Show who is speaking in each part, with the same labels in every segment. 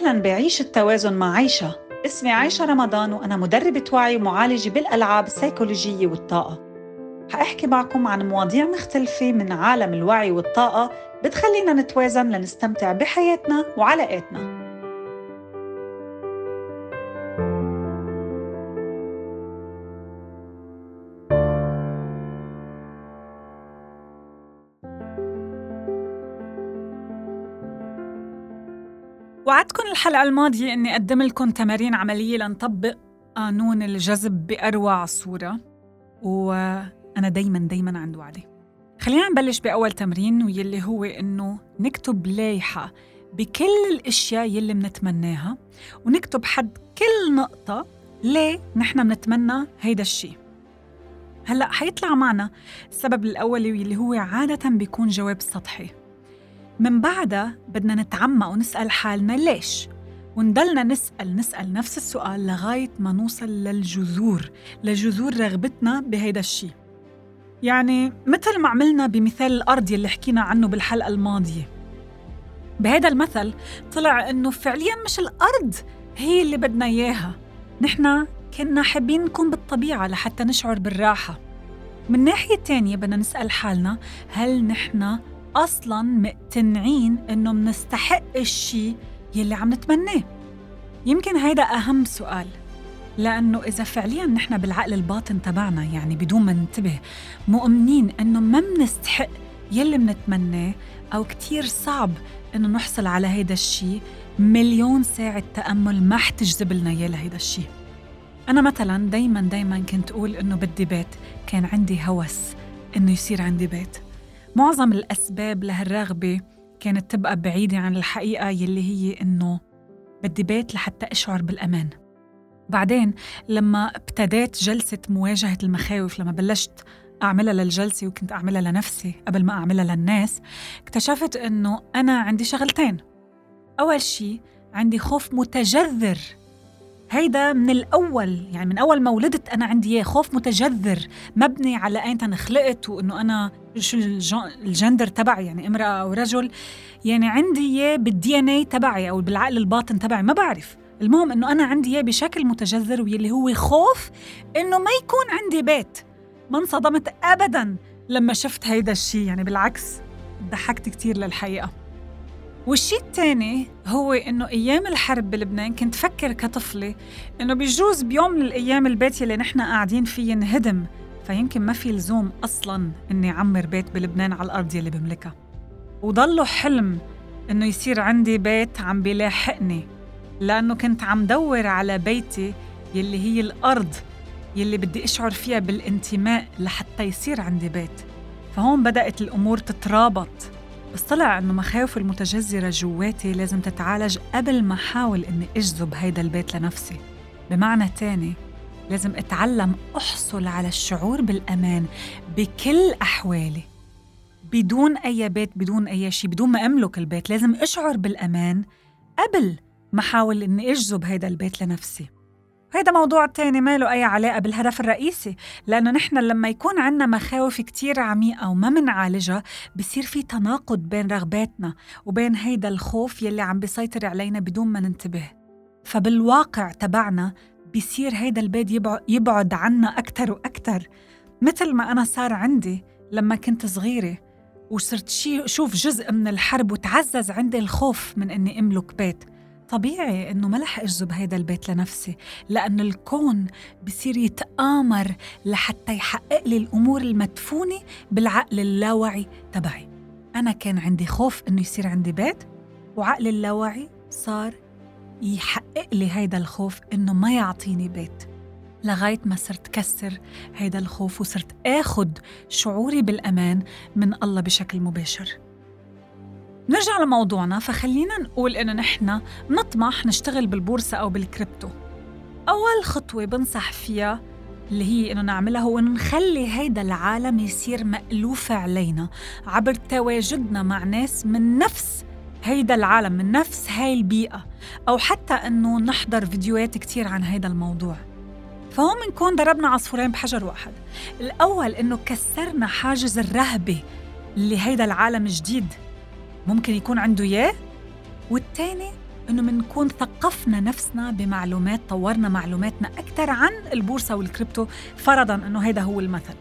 Speaker 1: أهلاً بعيش التوازن مع عيشة. اسمي عيشة رمضان وأنا مدربة وعي ومعالجة بالألعاب السيكولوجية والطاقة. هأحكي معكم عن مواضيع مختلفة من عالم الوعي والطاقة بتخلينا نتوازن لنستمتع بحياتنا وعلاقاتنا. وعدتكم الحلقة الماضية إني أقدم لكم تمارين عملية لنطبق قانون الجذب بأروع صورة، وأنا دايماً عند وعدي. خلينا نبلش بأول تمرين، واللي هو إنه نكتب لايحة بكل الأشياء يلي منتمناها، ونكتب حد كل نقطة ليه نحن منتمنى هيدا الشي. هلأ حيطلع معنا السبب الأولي واللي هو عادة بيكون جواب سطحي. من بعدها بدنا نتعمق ونسأل حالنا ليش، وندلنا نسأل نفس السؤال لغاية ما نوصل لجذور رغبتنا بهيدا الشي. يعني مثل ما عملنا بمثال الأرض يلي حكينا عنه بالحلقة الماضية. بهيدا المثل طلع إنه فعلياً مش الأرض هي اللي بدنا إياها، نحنا كنا حابين نكون بالطبيعة لحتى نشعر بالراحة. من ناحية تانية بدنا نسأل حالنا، هل نحنا أصلاً مقتنعين إنه منستحق الشي يلي عم نتمناه؟ يمكن هيدا أهم سؤال، لأنه إذا فعلياً نحنا بالعقل الباطن تبعنا، يعني بدون ما ننتبه، مؤمنين إنه ما منستحق يلي منتمناه أو كتير صعب إنه نحصل على هيدا الشي، مليون ساعة تأمل ما حتجذب لنا يا لهيدا الشي. أنا مثلاً دايماً كنت أقول إنه بدي بيت، كان عندي هوس إنه يصير عندي بيت. معظم الأسباب لهالرغبة كانت تبقى بعيدة عن الحقيقة يلي هي إنه بدي بيت لحتى أشعر بالأمان. بعدين لما ابتديت جلسة مواجهة المخاوف، لما بلشت أعملها للجلسة وكنت أعملها لنفسي قبل ما أعملها للناس، اكتشفت إنه أنا عندي شغلتين. أول شي عندي خوف متجذر، هيدا من الأول، يعني من أول ما ولدت أنا عندي إياه، خوف متجذر مبني على أين أنا خلقت وإنه أنا شو الجندر تبعي، يعني امرأة أو رجل، يعني عندي إياه بالDNA تبعي أو بالعقل الباطن تبعي، ما بعرف. المهم إنه أنا عندي إياه بشكل متجذر، واللي هو خوف إنه ما يكون عندي بيت. ما انصدمت أبداً لما شفت هيدا الشي، يعني بالعكس ضحكت كتير للحقيقة. والشي التاني هو إنه أيام الحرب بلبنان كنت فكر كطفلة إنه بيجوز بيوم من الأيام البيت اللي نحن قاعدين فيه ينهدم، فيمكن ما في لزوم أصلاً إني عمر بيت بلبنان على الأرض يلي بملكها. وضلوا حلم إنه يصير عندي بيت عم بيلاحقني، لأنه كنت عم دور على بيتي يلي هي الأرض يلي بدي أشعر فيها بالانتماء لحتى يصير عندي بيت. فهون بدأت الأمور تترابط. بس طلع إنه مخاوف المتجذرة جواتي لازم تتعالج قبل ما أحاول إني أجذب هيدا البيت لنفسي. بمعنى تاني، لازم أتعلم أحصل على الشعور بالأمان بكل أحوالي، بدون أي بيت، بدون أي شيء، بدون ما أملك البيت. لازم أشعر بالأمان قبل ما أحاول إني أجذب هيدا البيت لنفسي. هيدا موضوع تاني ما له أي علاقة بالهدف الرئيسي، لأنه نحن لما يكون عنا مخاوف كتير عميقة وما منعالجها، بصير في تناقض بين رغباتنا وبين هيدا الخوف يلي عم بيسيطر علينا بدون ما ننتبه. فبالواقع تبعنا بيصير هيدا البيت يبعد عنا أكتر وأكتر، مثل ما أنا صار عندي لما كنت صغيرة وصرت شوف جزء من الحرب وتعزز عندي الخوف من إني أملك بيت. طبيعي إنه ما رح أجذب هيدا البيت لنفسي، لأن الكون بصير يتآمر لحتى يحقق لي الأمور المدفونة بالعقل اللاواعي تبعي. أنا كان عندي خوف إنه يصير عندي بيت، وعقل اللاواعي صار يحقق لي هيدا الخوف إنه ما يعطيني بيت، لغاية ما صرت كسر هيدا الخوف وصرت آخد شعوري بالأمان من الله بشكل مباشر. نرجع لموضوعنا، فخلينا نقول إنه نحن نطمح نشتغل بالبورصة أو بالكريبتو. أول خطوة بنصح فيها اللي هي إنه نعملها هو إنه نخلي هيدا العالم يصير مألوف علينا عبر تواجدنا مع ناس من نفس هيدا العالم، من نفس هاي البيئة، أو حتى إنه نحضر فيديوهات كتير عن هيدا الموضوع. فهم نكون ضربنا عصفورين بحجر واحد. الأول إنه كسرنا حاجز الرهبة اللي هيدا العالم جديد ممكن يكون عنده إياه، والتاني إنه منكون ثقفنا نفسنا بمعلومات، طورنا معلوماتنا أكتر عن البورصة والكريبتو، فرضاً إنه هيدا هو المثل.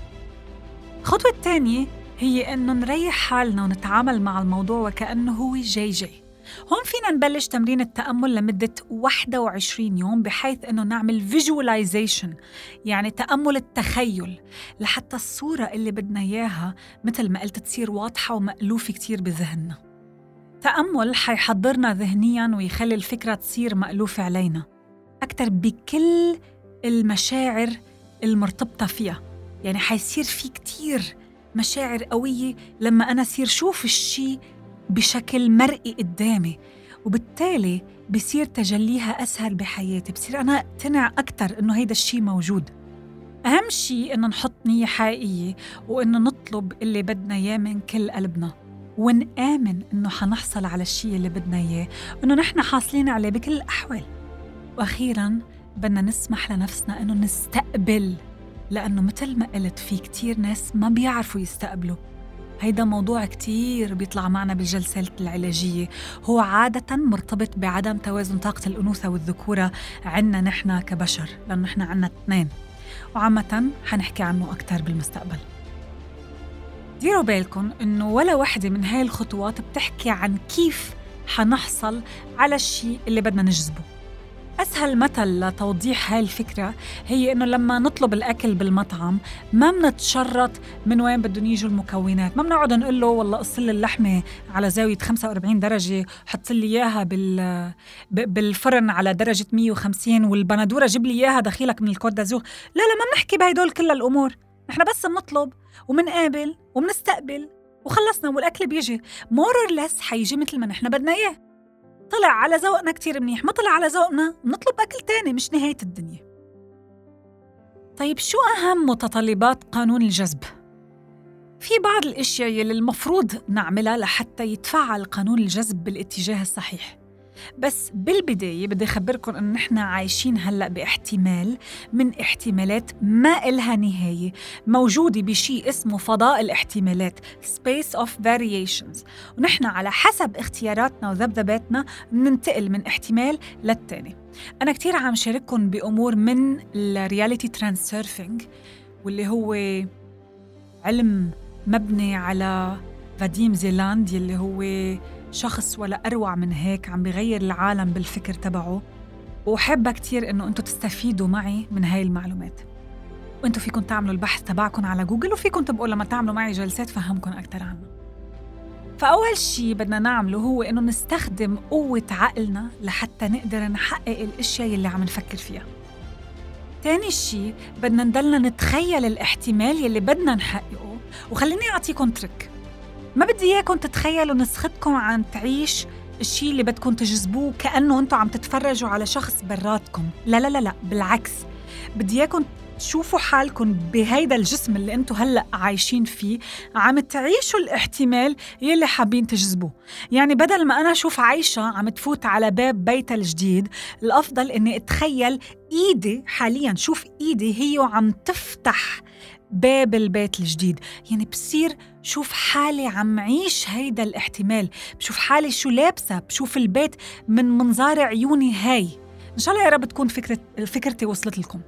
Speaker 1: الخطوة الثانية هي إنه نريح حالنا ونتعامل مع الموضوع وكأنه هو جاي. هون فينا نبلش تمرين التأمل لمدة 21 يوم، بحيث إنه نعمل visualization، يعني تأمل التخيل، لحتى الصورة اللي بدنا إياها مثل ما قلت تصير واضحة ومألوفة كتير بذهننا. تأمل حيحضرنا ذهنياً ويخلي الفكرة تصير مألوفة علينا أكتر بكل المشاعر المرتبطة فيها. يعني حيصير في كتير مشاعر قوية لما أنا أصير شوف الشي بشكل مرئي قدامي، وبالتالي بصير تجليها أسهل بحياتي، بصير أنا أقتنع أكتر إنه هيدا الشي موجود. أهم شي إنه نحط نية حقيقية، وإنه نطلب اللي بدنا إياه من كل قلبنا، ونآمن إنه حنحصل على الشي اللي بدنا إياه، وإنه نحن حاصلين عليه بكل الأحوال. وأخيراً بدنا نسمح لنفسنا إنه نستقبل، لأنه مثل ما قلت في كتير ناس ما بيعرفوا يستقبلوا. هيدا موضوع كتير بيطلع معنا بالجلسات العلاجية، هو عادة مرتبط بعدم توازن طاقة الأنوثة والذكورة عنا نحن كبشر، لأنه نحن عنا 2، وعامة حنحكي عنه أكتر بالمستقبل. ديروا بالكم إنه ولا واحدة من هاي الخطوات بتحكي عن كيف حنحصل على الشيء اللي بدنا نجذبه. أسهل مثل لتوضيح هاي الفكرة هي إنه لما نطلب الأكل بالمطعم ما منتشرط من وين بدهم يجوا المكونات، ما بنقعد نقول له والله قصلي اللحمة على زاوية 45 درجة، حط لي إياها بالفرن على درجة 150، والبندورة جيب لي إياها دخيلك من الكوت دازور. لا ما بنحكي بهدول كل الأمور، نحن بس بنطلب ومنقابل ومنستقبل وخلصنا، والأكل بيجي more or less حيجي مثل ما نحن بدنا إياه. طلع على ذوقنا كتير منيح، ما طلع على ذوقنا نطلب أكل تاني، مش نهاية الدنيا. طيب شو أهم متطلبات قانون الجذب؟ في بعض الأشياء اللي المفروض نعملها لحتى يتفعل قانون الجذب بالاتجاه الصحيح، بس بالبداية بدي أخبركم إن نحن عايشين هلأ باحتمال من احتمالات ما إلها نهاية، موجودة بشيء اسمه فضاء الاحتمالات Space of Variations، ونحن على حسب اختياراتنا وذبذباتنا ننتقل من احتمال للتاني. أنا كتير عم شارككم بأمور من الرياليتي ترانسيرفينج، واللي هو علم مبني على فاديم زيلاند، يلي هو شخص ولا أروع من هيك عم بيغير العالم بالفكر تبعه، وحابة كتير إنه أنتوا تستفيدوا معي من هاي المعلومات. وأنتوا فيكم تعملوا البحث تبعكم على جوجل، وفيكم تبقوا لما تعملوا معي جلسات فهمكم أكتر عنه. فأول شي بدنا نعمله هو إنه نستخدم قوة عقلنا لحتى نقدر نحقق الأشياء اللي عم نفكر فيها. تاني شي بدنا نضلنا نتخيل الاحتمال يلي بدنا نحققه، وخليني أعطيكم ترك. ما بدي إياكم تتخيلوا نسختكم عن تعيش الشي اللي بدكم تجذبوه كأنه أنتوا عم تتفرجوا على شخص براتكم. لا لا لا لا، بالعكس، بدي إياكم تشوفوا حالكم بهيدا الجسم اللي أنتوا هلأ عايشين فيه عم تعيشوا الاحتمال يلي حابين تجذبوه. يعني بدل ما أنا أشوف عايشة عم تفوت على باب بيتها الجديد، الأفضل إني أتخيل إيدي حالياً، شوف إيدي هي وعم تفتح باب البيت الجديد. يعني بصير شوف حالي عم عيش هيدا الاحتمال، بشوف حالي شو لابسة، بشوف البيت من منظار عيوني هاي. إن شاء الله يا رب تكون فكرتي وصلت لكم.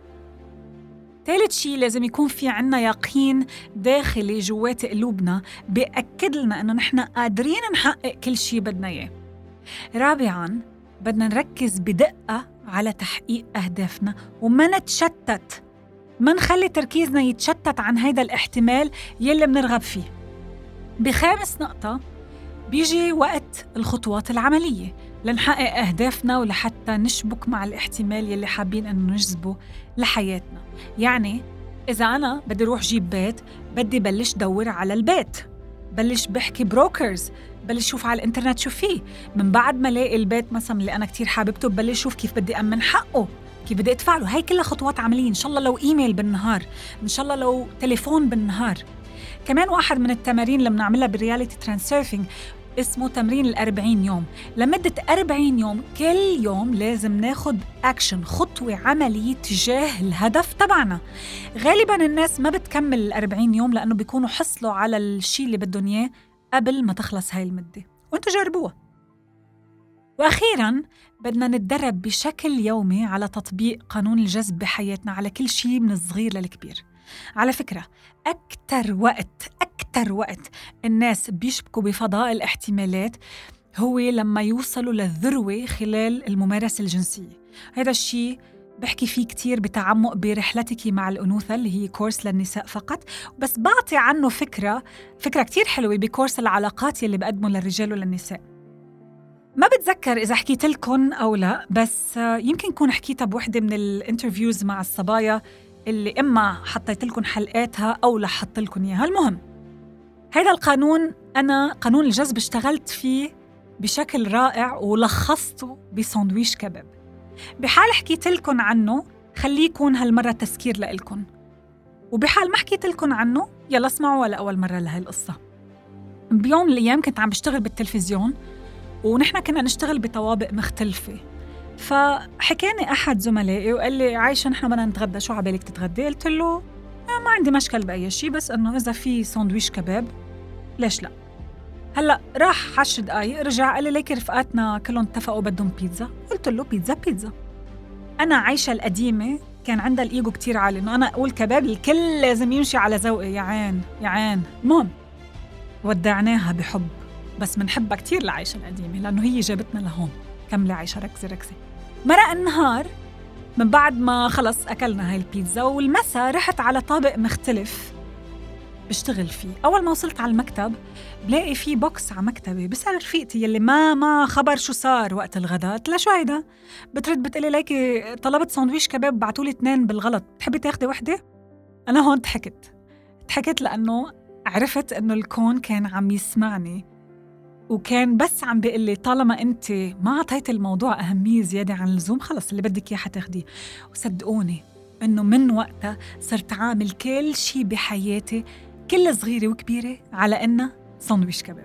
Speaker 1: ثالث شيء لازم يكون في عنا يقين داخلي جوات قلوبنا بيأكد لنا إنه نحن قادرين نحقق كل شيء بدنا إياه. رابعاً بدنا نركز بدقة على تحقيق أهدافنا وما نتشتت، ما نخلي تركيزنا يتشتت عن هيدا الاحتمال يلي بنرغب فيه. بخامس نقطة بيجي وقت الخطوات العملية لنحقق أهدافنا ولحتى نشبك مع الاحتمال يلي حابين أنه نجذبه لحياتنا. يعني إذا أنا بدي روح جيب بيت، بدي بلش دور على البيت، بلش بحكي بروكرز، بلش شوف على الانترنت شو فيه. من بعد ما لاقي البيت مثلا اللي أنا كتير حاببته، بلش شوف كيف بدي أمن حقه، كيف بدي أدفع له. هاي كلها خطوات عملية، إن شاء الله لو إيميل بالنهار، إن شاء الله لو تليفون بالنهار. كمان واحد من التمارين اللي بنعملها بالرياليتي ترانسيرفينج اسمه تمرين 40 يوم. لمدة 40 يوم كل يوم لازم ناخد أكشن، خطوة عملية تجاه الهدف تبعنا. غالباً الناس ما بتكمل 40 يوم لأنه بيكونوا حصلوا على الشيء اللي بدهم إياه قبل ما تخلص هاي المدة، وانتوا جربوها. وأخيراً بدنا نتدرب بشكل يومي على تطبيق قانون الجذب بحياتنا على كل شيء من الصغير للكبير. على فكرة أكتر وقت الناس بيشبكوا بفضاء الاحتمالات هو لما يوصلوا للذروة خلال الممارسة الجنسية. هذا الشيء بحكي فيه كتير بتعمق برحلتك مع الأنوثة اللي هي كورس للنساء فقط، بس بعطي عنه فكرة كتير حلوة بكورس العلاقات اللي بقدمه للرجال وللنساء. ما بتذكر إذا حكيت لكم أو لا، بس يمكن كون حكيتها بوحدة من الانترفيوز مع الصبايا اللي إما حطيت لكم حلقاتها أو لحط لكم إياها. المهم، هذا القانون أنا قانون الجذب اشتغلت فيه بشكل رائع ولخصته بساندويش كباب. بحال حكيت لكم عنه خليه يكون هالمرة تذكير لإلكم، وبحال ما حكيت لكم عنه يلا اسمعوا لأول مرة لهي القصة. بيوم من الأيام كنت عم بشتغل بالتلفزيون ونحن كنا نشتغل بطوابق مختلفة، فحكاني أحد زملائي وقال لي عايشة نحن بدنا نتغدى، شو عبالك تتغدي؟ قلت له ما عندي مشكل بأي شيء، بس أنه إذا في ساندويش كباب ليش لا. هلأ راح 10 دقايق رجع قال لي ليك رفقاتنا كلهم اتفقوا بدهم بيتزا. قلت له بيتزا. أنا عايشة القديمة كان عندها الإيجو كتير عالي إنه أنا أقول كباب الكل لازم يمشي على ذوقي. يا عين. المهم ودعناها بحب، بس منحبها كتير لعايشة القديمة لأنه هي جابتنا لهون. كملي عايشة، ركزي. مرق النهار من بعد ما خلص أكلنا هاي البيتزا والمسا رحت على طابق مختلف بشتغل فيه. أول ما وصلت على المكتب بلاقي فيه بوكس على مكتبي. بسأل رفيقتي يلي ما خبر شو صار وقت الغداء. قلت لها شو هيدا؟ بترد بتقلي ليكي طلبت ساندويش كباب بعتولي 2 بالغلط، تحبي تاخدي وحدة؟ أنا هون ضحكت لأنه عرفت إنه الكون كان عم يسمعني وكان بس عم بيقلي طالما أنت ما عطيت الموضوع أهمية زيادة عن اللزوم خلص اللي بدك إياه حتاخديه. وصدقوني إنه من وقتها صرت عامل كل شي بحياتي كل صغيرة وكبيرة على إنه ساندويش كباب.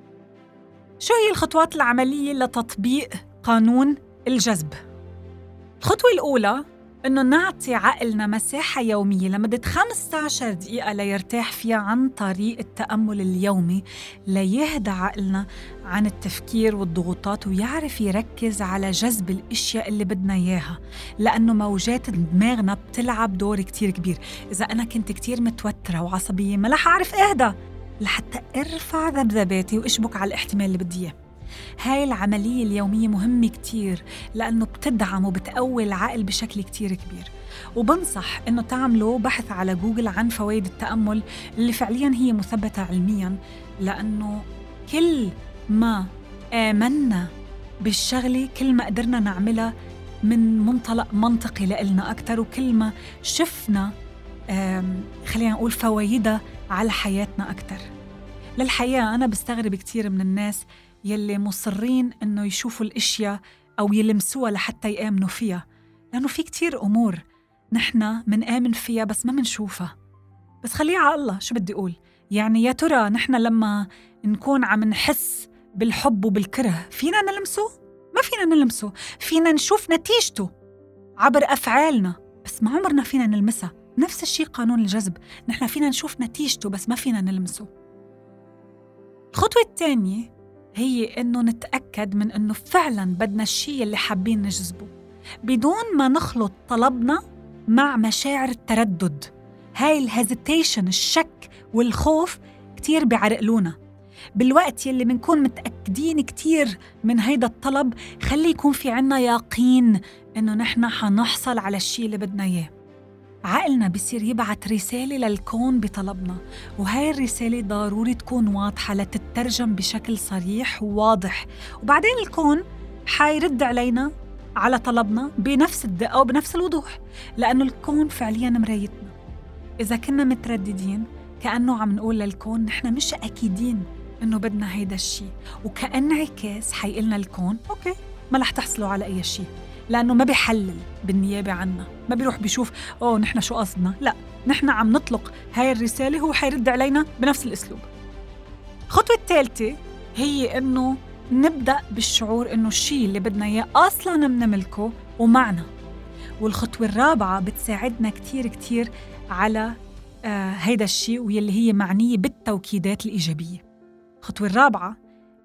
Speaker 1: شو هي الخطوات العملية لتطبيق قانون الجذب؟ الخطوة الأولى إنه نعطي عقلنا مساحة يومية لمدة 15 دقيقة ليرتاح فيها عن طريق التأمل اليومي، ليهدى عقلنا عن التفكير والضغوطات ويعرف يركز على جذب الأشياء اللي بدنا إياها، لأنه موجات دماغنا بتلعب دور كتير كبير. إذا أنا كنت كتير متوترة وعصبية ما رح أعرف أهدى لحتى أرفع ذبذباتي وأشبك على الاحتمال اللي بدي إياه. هاي العملية اليومية مهمة كتير لأنه بتدعم وبتقوي العقل بشكل كتير كبير. وبنصح إنه تعملوا بحث على جوجل عن فوائد التأمل اللي فعلياً هي مثبتة علمياً، لأنه كل ما آمنا بالشغلة كل ما قدرنا نعملها من منطلق منطقي لإلنا أكتر، وكل ما شفنا خلينا نقول فوائدها على حياتنا أكتر. للحقيقة أنا بستغرب كتير من الناس يلي مصرين إنه يشوفوا الأشياء أو يلمسوها لحتى يآمنوا فيها، لأنه في كتير أمور نحن منآمن فيها بس ما منشوفها. بس خليها على الله. شو بدي أقول؟ يعني يا ترى نحن لما نكون عم نحس بالحب وبالكره فينا نلمسه؟ ما فينا نلمسه. فينا نشوف نتيجته عبر أفعالنا بس ما عمرنا فينا نلمسها. نفس الشيء قانون الجذب، نحن فينا نشوف نتيجته بس ما فينا نلمسه. الخطوة الثانية هي إنه نتأكد من إنه فعلاً بدنا الشيء اللي حابين نجذبه بدون ما نخلط طلبنا مع مشاعر التردد. هاي الهيزيتيشن، الشك والخوف كتير بيعرقلونا. بالوقت يلي منكون متأكدين كتير من هيدا الطلب خلي يكون في عنا يقين إنه نحن حنحصل على الشيء اللي بدنا إياه. عقلنا بيصير يبعت رسالة للكون بطلبنا، وهاي الرسالة ضروري تكون واضحة لتترجم بشكل صريح وواضح، وبعدين الكون حيرد علينا على طلبنا بنفس الدقة وبنفس الوضوح، لأنه الكون فعلياً مرايتنا. إذا كنا مترددين كأنه عم نقول للكون نحن مش أكيدين إنه بدنا هيدا الشيء، وكأنعكاس حيقلنا الكون أوكي ما رح تحصلوا على أي شيء، لأنه ما بيحلل بالنيابة عنا، ما بيروح بيشوف نحن شو قصدنا. لا، نحن عم نطلق هاي الرسالة هو حيرد علينا بنفس الأسلوب. الخطوة الثالثة هي إنه نبدأ بالشعور إنه الشيء اللي بدنا إياه أصلاً بنملكه ومعنا. والخطوة الرابعة بتساعدنا كتير كتير على هيدا الشيء، واللي هي معنية بالتوكيدات الإيجابية. الخطوة الرابعة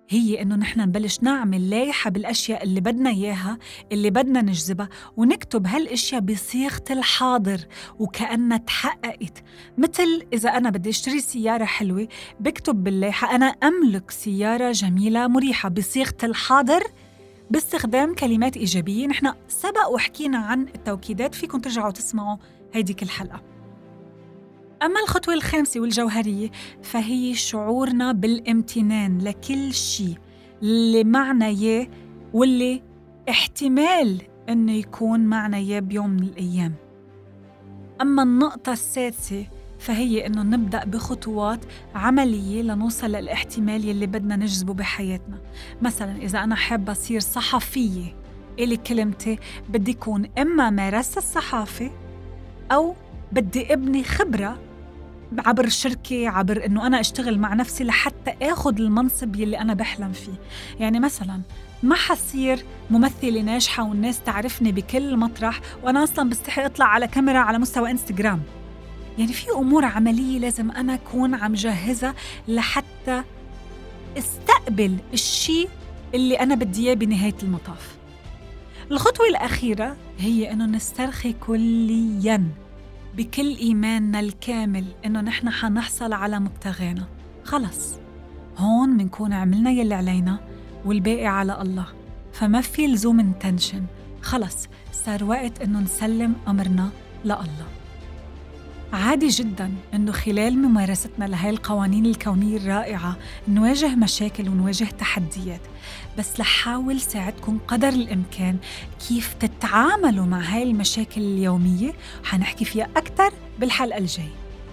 Speaker 1: هي إنه نحن نبلش نعمل لايحة بالأشياء اللي بدنا إياها، اللي بدنا نجذبها، ونكتب هالأشياء بصيغة الحاضر وكأنها تحققت. مثل إذا أنا بدي أشتري سيارة حلوة، بكتب باللايحة أنا أملك سيارة جميلة مريحة بصيغة الحاضر باستخدام كلمات إيجابية. نحن سبق وحكينا عن التوكيدات، فيكم ترجعوا تسمعوا هيديك الحلقة. أما الخطوة الخامسة والجوهرية فهي شعورنا بالامتنان لكل شيء اللي معنا إياه واللي احتمال إنه يكون معنا إياه بيوم من الأيام. أما النقطة السادسة فهي إنه نبدأ بخطوات عملية لنوصل للاحتمال يلي بدنا نجذبه بحياتنا. مثلاً إذا أنا حابة أصير صحفية، إلي كلمتي بدي يكون إما مارست الصحافة أو بدي أبني خبرة عبر الشركة، عبر إنه أنا أشتغل مع نفسي لحتى آخد المنصب يلي أنا بحلم فيه. يعني مثلاً ما حصير ممثلة ناجحة والناس تعرفني بكل مطرح وأنا أصلاً بستحي أطلع على كاميرا على مستوى إنستغرام. يعني في أمور عملية لازم أنا أكون عم جهزها لحتى استقبل الشيء اللي أنا بدي إياه بنهاية المطاف. الخطوة الأخيرة هي إنه نسترخي كلياً بكل إيماننا الكامل إنه نحن حنحصل على مبتغانا. خلص هون منكون عملنا يلي علينا والباقي على الله، فما في لزوم نتنشن. خلص صار وقت إنه نسلم أمرنا لله. عادي جداً إنه خلال ممارستنا لهاي القوانين الكونية الرائعة نواجه مشاكل ونواجه تحديات، بس لحاول ساعدكم قدر الإمكان كيف تتعاملوا مع هاي المشاكل اليومية، حنحكي فيها أكتر بالحلقة الجاي.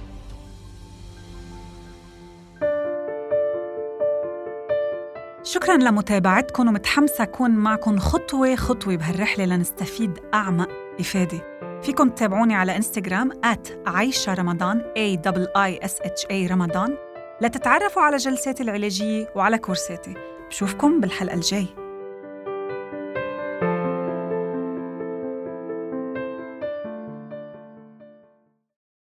Speaker 1: شكراً لمتابعتكم، ومتحمسة أكون معكم خطوة خطوة بهالرحلة لنستفيد أعمق إفادة. فيكم تتابعوني على إنستغرام @عايشة رمضان AIISHA رمضان لتتعرفوا على جلساتي العلاجية وعلى كورساتي. بشوفكم بالحلقة الجاي.